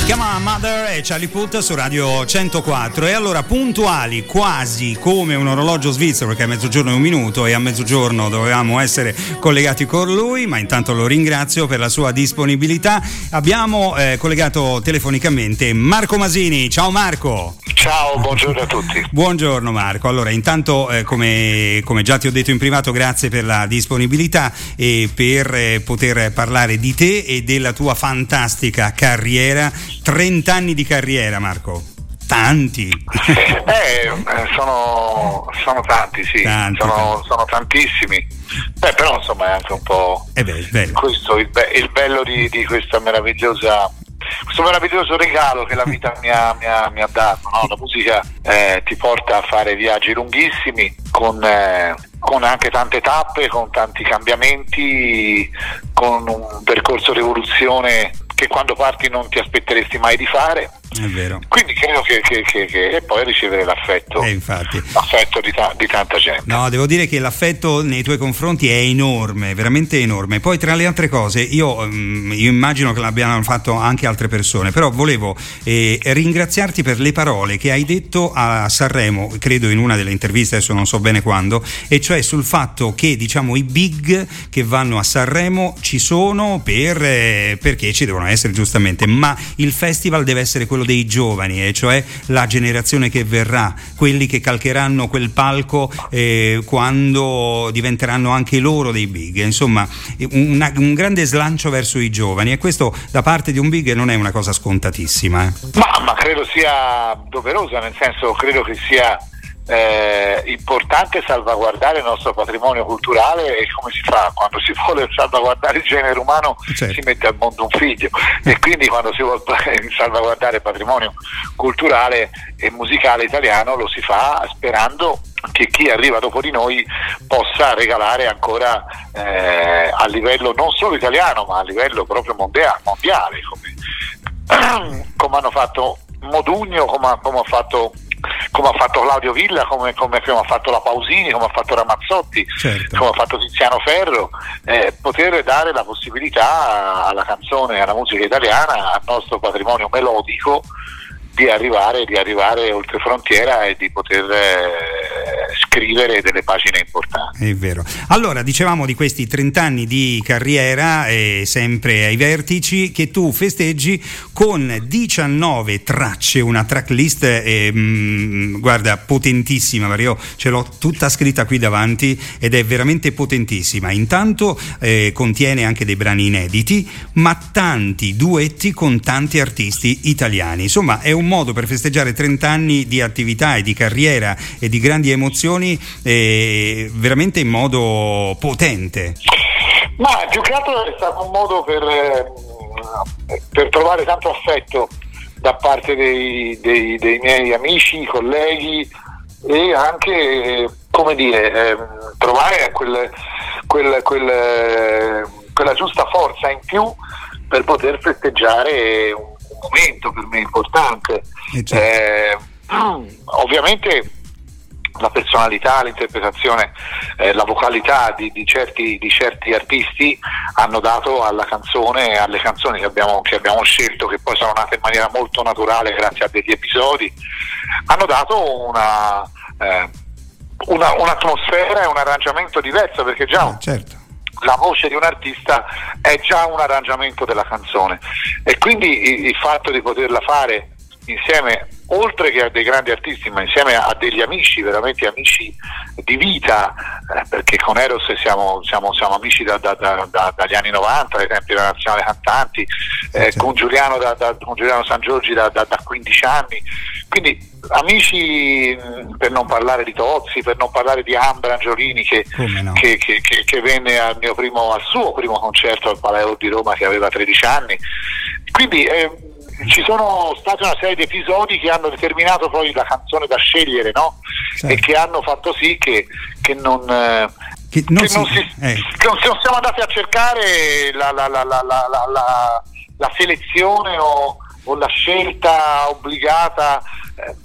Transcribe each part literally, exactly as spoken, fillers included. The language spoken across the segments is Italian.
Si chiama Mother e Charlie Puth su Radio centoquattro. E allora, puntuali quasi come un orologio svizzero, perché a mezzogiorno è un minuto e a mezzogiorno dovevamo essere collegati con lui, ma intanto lo ringrazio per la sua disponibilità. Abbiamo eh, collegato telefonicamente Marco Masini. Ciao Marco. Ciao, buongiorno a tutti. Buongiorno Marco. Allora, intanto eh, come, come già ti ho detto in privato, grazie per la disponibilità e per eh, poter parlare di te e della tua fantastica carriera. trenta anni di carriera, Marco. Tanti. Eh, sono, sono tanti, sì. Tanti, sono, tanti. sono tantissimi. Beh, però insomma è anche un po' eh beh, bello. questo il, be- il bello di, di questa meravigliosa questo meraviglioso regalo che la vita mi ha, mi ha, mi ha dato, no? La musica eh, ti porta a fare viaggi lunghissimi con, eh, con anche tante tappe, con tanti cambiamenti, con un percorso di evoluzione che quando parti non ti aspetteresti mai di fare. È vero. Quindi credo che, che, che, che e poi ricevere l'affetto, eh, infatti. l'affetto di, ta- di tanta gente. No, devo dire che l'affetto nei tuoi confronti è enorme, veramente enorme. Poi tra le altre cose, io, io immagino che l'abbiano fatto anche altre persone, però volevo eh, ringraziarti per le parole che hai detto a Sanremo, credo in una delle interviste, adesso non so bene quando, e cioè sul fatto che diciamo i big che vanno a Sanremo ci sono per, eh, perché ci devono essere giustamente, ma il festival deve essere quello dei giovani, e cioè la generazione che verrà, quelli che calcheranno quel palco eh, quando diventeranno anche loro dei big, insomma una, un grande slancio verso i giovani, e questo da parte di un big non è una cosa scontatissima. eh. Ma, ma credo sia doverosa, nel senso credo che sia eh, importante salvaguardare il nostro patrimonio culturale, e come si fa quando si vuole salvaguardare il genere umano? Certo. Si mette al mondo un figlio, e quindi quando si vuole salvaguardare il patrimonio culturale e musicale italiano lo si fa sperando che chi arriva dopo di noi possa regalare ancora eh, a livello non solo italiano ma a livello proprio mondiale, mondiale come, come hanno fatto Modugno, come, come ha fatto come ha fatto Claudio Villa, come, come, come ha fatto la Pausini, come ha fatto Ramazzotti, certo. come ha fatto Tiziano Ferro, eh, poter dare la possibilità alla canzone, alla musica italiana, al nostro patrimonio melodico di arrivare, di arrivare oltre frontiera e di poter eh, scrivere delle pagine importanti. È vero. Allora, dicevamo di questi trenta anni di carriera, eh, sempre ai vertici, che tu festeggi con diciannove tracce, una tracklist eh, mh, guarda, potentissima, perché io ce l'ho tutta scritta qui davanti ed è veramente potentissima. Intanto eh, contiene anche dei brani inediti, ma tanti duetti con tanti artisti italiani. Insomma, è un modo per festeggiare trenta anni di attività e di carriera e di grandi emozioni eh, veramente in modo potente. Ma più che altro è stato un modo per, eh, per trovare tanto affetto da parte dei, dei, dei miei amici, colleghi, e anche, come dire, eh, trovare quel, quel, quel, quella giusta forza in più per poter festeggiare un momento per me importante. Eh, ovviamente la personalità, l'interpretazione, eh, la vocalità di, di, certi, di certi artisti hanno dato alla canzone, alle canzoni che abbiamo, che abbiamo scelto, che poi sono nate in maniera molto naturale grazie a degli episodi, hanno dato una, eh, una un'atmosfera e un arrangiamento diverso, perché già ah, certo. la voce di un artista è già un arrangiamento della canzone, e quindi il fatto di poterla fare insieme, oltre che a dei grandi artisti, ma insieme a degli amici, veramente amici di vita, eh, perché con Eros siamo, siamo, siamo amici da, da, da, da, dagli anni novanta, ad esempio della Nazionale Cantanti, eh, certo. con, Giuliano da, da, con Giuliano San Giorgi da, da, da quindici anni, quindi amici, per non parlare di Tozzi, per non parlare di Ambra Angiolini che, no. che, che, che, che venne al mio primo, al suo primo concerto al Palais di Roma, che aveva tredici anni, quindi eh, ci sono stati una serie di episodi che hanno determinato poi la canzone da scegliere, no? Certo. E che hanno fatto sì che, che non eh, che non, che si, non, si, eh. che non siamo andati a cercare la, la, la, la, la, la, la, la selezione o, o la scelta obbligata. Eh,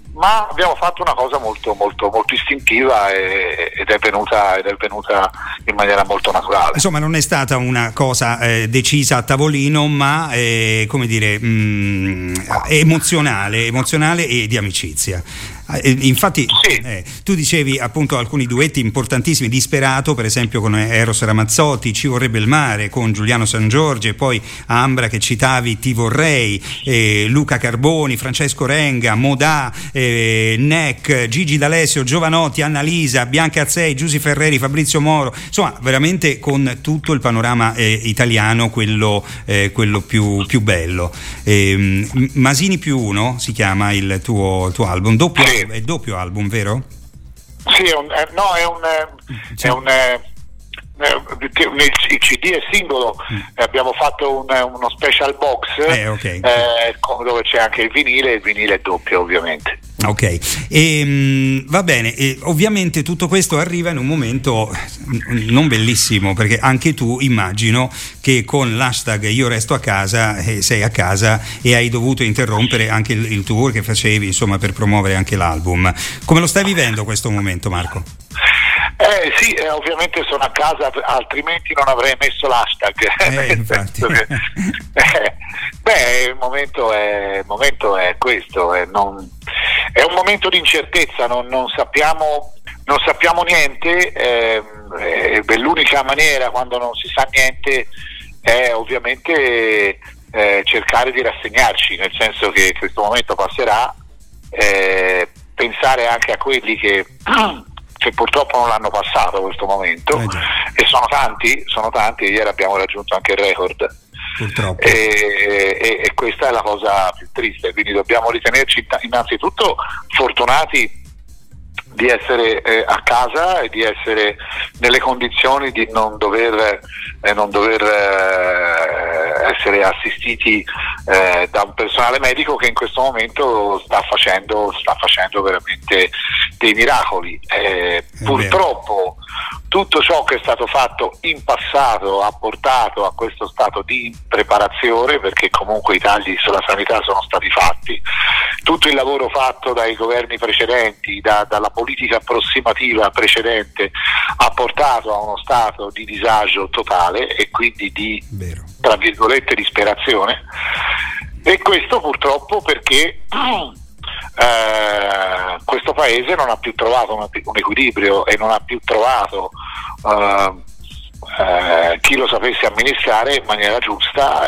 ma abbiamo fatto una cosa molto molto molto istintiva e, ed è venuta ed è venuta in maniera molto naturale. Insomma, non è stata una cosa eh, decisa a tavolino, ma eh, come dire mh, emozionale, emozionale e di amicizia. Infatti sì. eh, tu dicevi appunto alcuni duetti importantissimi, Disperato per esempio con Eros Ramazzotti, Ci vorrebbe il mare con Giuliano Sangiorgi, e poi Ambra che citavi, Ti vorrei, eh, Luca Carboni, Francesco Renga, Modà, eh, Neck, Gigi D'Alessio, Giovanotti, Annalisa, Bianca Azzei, Giusy Ferreri, Fabrizio Moro, insomma veramente con tutto il panorama eh, italiano, quello, eh, quello più, più bello. eh, Masini più uno si chiama il tuo, il tuo album, doppio sì. È doppio album, vero? Sì, è un, eh, no, è un, eh, è un eh, il C D è singolo, mm. eh, abbiamo fatto un, uno special box eh, okay. eh, dove c'è anche il vinile, il vinile è doppio ovviamente. Ok, e, mh, va bene, e ovviamente tutto questo arriva in un momento non bellissimo, perché anche tu immagino che con l'hashtag Io resto a casa eh, sei a casa e hai dovuto interrompere anche il, il tour che facevi, insomma, per promuovere anche l'album. Come lo stai vivendo questo momento, Marco? Eh sì, eh, ovviamente sono a casa, altrimenti non avrei messo l'hashtag. Eh, infatti. che, eh, beh, il momento è, il momento è questo, è, non, è un momento di incertezza, non, non sappiamo non sappiamo niente, eh, eh, l'unica maniera quando non si sa niente è ovviamente eh, cercare di rassegnarci, nel senso che questo momento passerà, eh, pensare anche a quelli che che purtroppo non l'hanno passato questo momento, eh e sono tanti, sono tanti, ieri abbiamo raggiunto anche il record, purtroppo, e, e, e questa è la cosa più triste, quindi dobbiamo ritenerci innanzitutto fortunati di essere eh, a casa e di essere nelle condizioni di non dover eh, non dover eh, essere assistiti eh, da un personale medico che in questo momento sta facendo sta facendo veramente dei miracoli. Eh, purtroppo tutto ciò che è stato fatto in passato ha portato a questo stato di preparazione, perché comunque i tagli sulla sanità sono stati fatti, tutto il lavoro fatto dai governi precedenti, da, dalla politica approssimativa precedente ha portato a uno stato di disagio totale e quindi di, Vero. tra virgolette, disperazione, e questo purtroppo perché eh, questo paese non ha più trovato un, un equilibrio e non ha più trovato eh, eh, chi lo sapesse amministrare in maniera giusta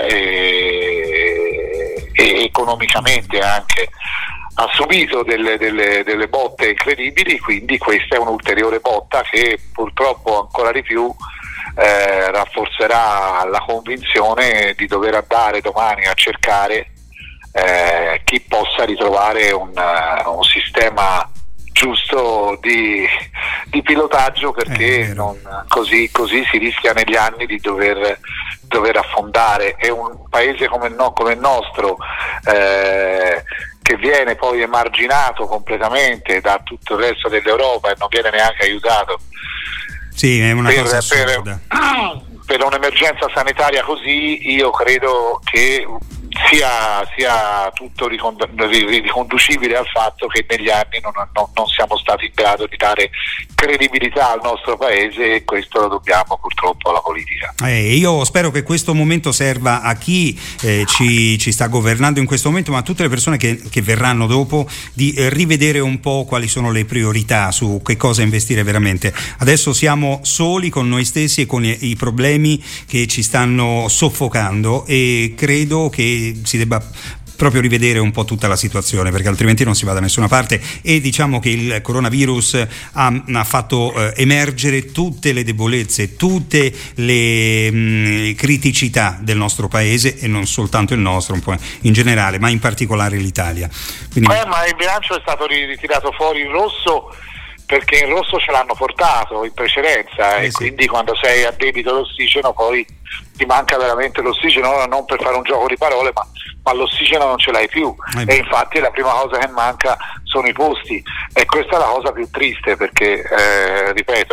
e, e economicamente anche ha subito delle, delle, delle botte incredibili, quindi questa è un'ulteriore botta che purtroppo ancora di più eh, rafforzerà la convinzione di dover andare domani a cercare eh, chi possa ritrovare un, uh, un sistema giusto di, di pilotaggio, perché non, così, così si rischia negli anni di dover, dover affondare. È un paese come il, no, come il nostro eh, che viene poi emarginato completamente da tutto il resto dell'Europa e non viene neanche aiutato. Sì, è una per, cosa assurda. Per, per un'emergenza sanitaria così io credo che sia, sia tutto riconducibile al fatto che negli anni non, non, non siamo stati in grado di dare credibilità al nostro paese, e questo lo dobbiamo purtroppo alla politica. Eh, io spero che questo momento serva a chi eh, ci, ci sta governando in questo momento, ma a tutte le persone che, che verranno dopo, di eh, rivedere un po' quali sono le priorità, su che cosa investire veramente. Adesso siamo soli con noi stessi e con i, i problemi che ci stanno soffocando, e credo che si debba proprio rivedere un po' tutta la situazione, perché altrimenti non si va da nessuna parte. E diciamo che il coronavirus ha, ha fatto eh, emergere tutte le debolezze, tutte le mh, criticità del nostro paese, e non soltanto il nostro, un po' in generale, ma in particolare l'Italia. Quindi... Eh, ma il bilancio è stato ritirato fuori in rosso perché in rosso ce l'hanno portato in precedenza, eh e sì. Quindi quando sei a debito l'ossigeno poi ti manca veramente l'ossigeno, non per fare un gioco di parole, ma, ma l'ossigeno non ce l'hai più, eh e infatti la prima cosa che manca sono i posti, e questa è la cosa più triste, perché eh, ripeto,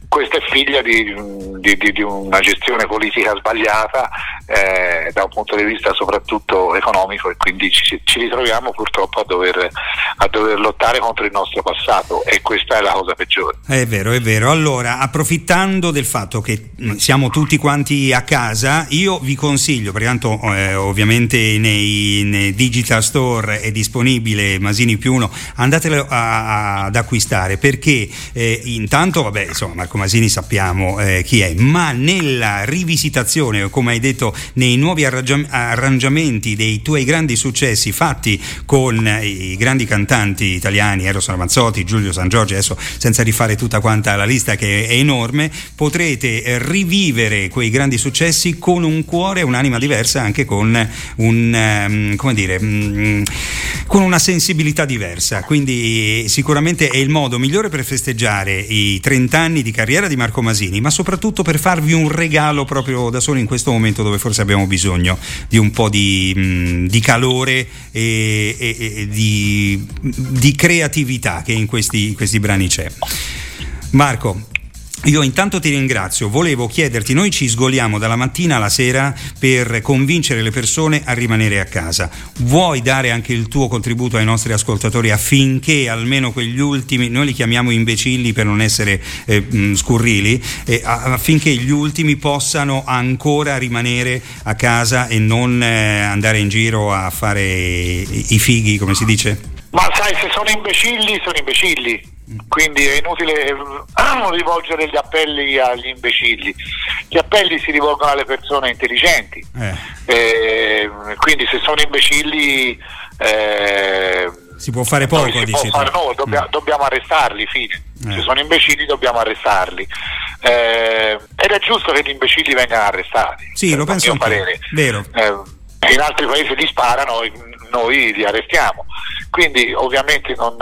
questa è figlia di, di, di, di una gestione politica sbagliata eh, da un punto di vista soprattutto economico, e quindi ci, ci ritroviamo purtroppo a dover, a dover lottare contro il nostro passato, e questa è la cosa peggiore. È vero, è vero. Allora, approfittando del fatto che siamo tutti quanti a casa, io vi consiglio, perché tanto eh, ovviamente nei, nei digital store è disponibile Masini più uno, andatelo a, a, ad acquistare, perché eh, intanto, vabbè, insomma, Marco Masini sappiamo eh, chi è, ma nella rivisitazione, o come hai detto, nei nuovi arrangia- arrangiamenti dei tuoi grandi successi fatti con i grandi cantanti italiani, Eros Ramazzotti, Giulio Sangiorgi, adesso senza rifare tutta quanta la lista che è enorme, potrete rivivere quei grandi successi con un cuore, un'anima diversa, anche con un um, come dire um, con una sensibilità diversa. Quindi sicuramente è il modo migliore per festeggiare i trenta anni di carriera di Marco Masini, ma soprattutto per farvi un regalo proprio da solo in questo momento dove forse abbiamo bisogno di un po' di, mh, di calore e, e, e di, di creatività che in questi, questi brani c'è. Marco, io intanto ti ringrazio. Volevo chiederti, noi ci sgoliamo dalla mattina alla sera per convincere le persone a rimanere a casa. Vuoi dare anche il tuo contributo ai nostri ascoltatori affinché almeno quegli ultimi, noi li chiamiamo imbecilli per non essere eh, scurrili, eh, affinché gli ultimi possano ancora rimanere a casa e non eh, andare in giro a fare i fighi, come si dice? Ma sai, se sono imbecilli, sono imbecilli. Quindi è inutile rivolgere gli appelli agli imbecilli. Gli appelli si rivolgono alle persone intelligenti. Eh. Eh, quindi se sono imbecilli eh, si può fare poco, si dici può fare, no, dobbiamo, mm. dobbiamo arrestarli, fine. Eh. Se sono imbecilli dobbiamo arrestarli. Eh, ed è giusto che gli imbecilli vengano arrestati. Sì, lo penso anche. Parere. Vero. Eh, in altri paesi li sparano, noi li arrestiamo. Quindi ovviamente non,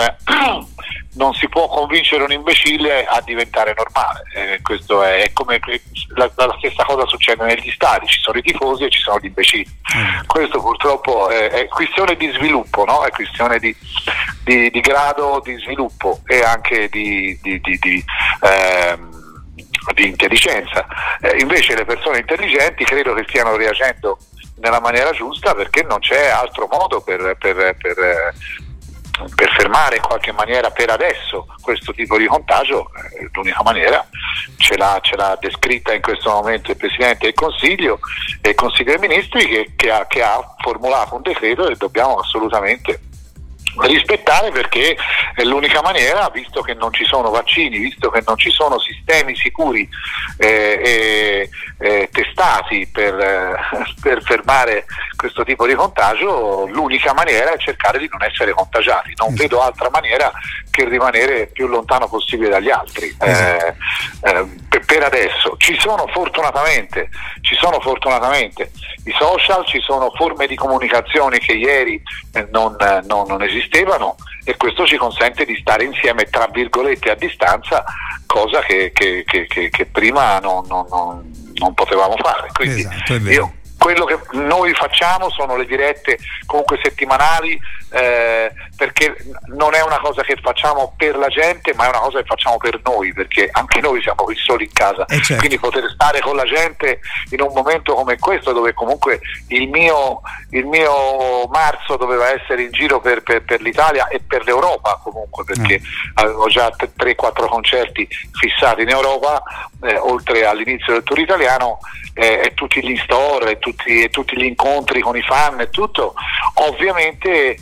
non si può convincere un imbecille a diventare normale. Eh, questo è, è come la, la stessa cosa succede negli stadi, ci sono i tifosi e ci sono gli imbecilli. Mm. Questo purtroppo è, è questione di sviluppo, no? È questione di, di, di grado di sviluppo e anche di, di, di, di ehm, di intelligenza. Eh, invece le persone intelligenti credo che stiano reagendo nella maniera giusta, perché non c'è altro modo per, per, per, per fermare in qualche maniera per adesso questo tipo di contagio. Eh, l'unica maniera ce l'ha, ce l'ha descritta in questo momento il Presidente del Consiglio e il Consiglio dei Ministri, che, che, ha, che ha formulato un decreto che dobbiamo assolutamente rispettare, perché è l'unica maniera, visto che non ci sono vaccini, visto che non ci sono sistemi sicuri eh, e eh, testati per, eh, per fermare questo tipo di contagio. L'unica maniera è cercare di non essere contagiati. Non vedo altra maniera che rimanere più lontano possibile dagli altri. Eh, eh, per, per adesso ci sono fortunatamente ci sono fortunatamente i social, ci sono forme di comunicazione che ieri eh, non, non, non esistevano, e questo ci consente di stare insieme tra virgolette a distanza, cosa che, che, che, che, che prima non, non, non, non potevamo fare. Quindi esatto, è vero. io quello che noi facciamo sono le dirette comunque settimanali, eh, perché non è una cosa che facciamo per la gente, ma è una cosa che facciamo per noi, perché anche noi siamo qui soli in casa. Eh certo. Quindi poter stare con la gente in un momento come questo, dove comunque il mio, il mio marzo doveva essere in giro per, per, per l'Italia e per l'Europa comunque, perché mm. avevo già tre quattro concerti fissati in Europa, eh, oltre all'inizio del tour italiano, eh, e tutti gli store e tutti, e tutti gli incontri con i fan e tutto. Ovviamente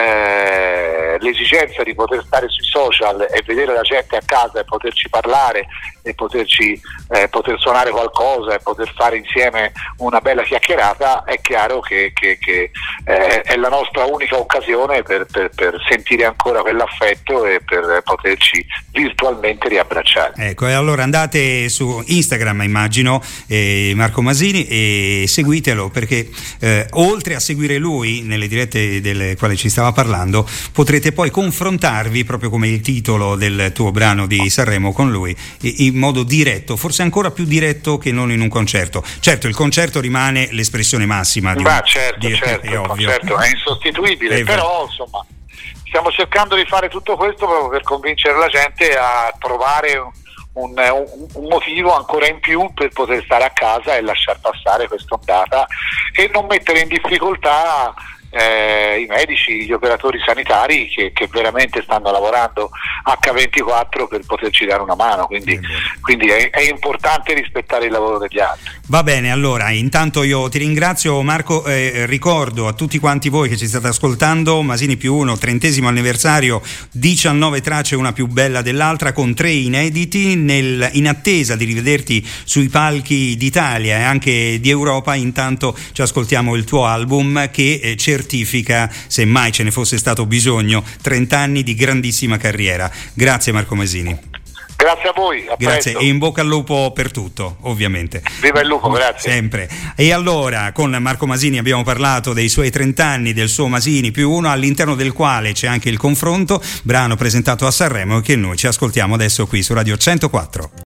eh, l'esigenza di poter stare sui social e vedere la gente a casa e poterci parlare e poterci eh, poter suonare qualcosa e poter fare insieme una bella chiacchierata, è chiaro che, che, che eh, è la nostra unica occasione per, per, per sentire ancora quell'affetto e per poterci virtualmente riabbracciare. Ecco, e allora andate su Instagram, immagino, eh, Marco Masini, e seguitelo, perché eh, oltre a seguire lui nelle dirette delle quali ci stava parlando, potrete poi confrontarvi, proprio come il titolo del tuo brano di Sanremo, con lui in modo diretto, forse ancora più diretto che non in un concerto. Certo, il concerto rimane l'espressione massima di, Beh, certo, di, certo, è il ovvio. concerto è insostituibile, è però insomma stiamo cercando di fare tutto questo proprio per convincere la gente a trovare un, un, un motivo ancora in più per poter stare a casa e lasciar passare quest'ondata e non mettere in difficoltà Eh, i medici, gli operatori sanitari che, che veramente stanno lavorando acca ventiquattro per poterci dare una mano, quindi, quindi è, è importante rispettare il lavoro degli altri. Va bene, allora intanto io ti ringrazio Marco, eh, ricordo a tutti quanti voi che ci state ascoltando Masini più uno, trentesimo anniversario, diciannove tracce una più bella dell'altra con tre inediti, nel, in attesa di rivederti sui palchi d'Italia e anche di Europa. Intanto ci ascoltiamo il tuo album che eh, certifica, se mai ce ne fosse stato bisogno, trenta anni di grandissima carriera. Grazie Marco Masini. Grazie a voi, a grazie presto. E in bocca al lupo per tutto, ovviamente. Viva il lupo, grazie. Sempre. E allora con Marco Masini abbiamo parlato dei suoi trenta anni, del suo Masini più uno, all'interno del quale c'è anche il confronto, brano presentato a Sanremo che noi ci ascoltiamo adesso qui su Radio centoquattro.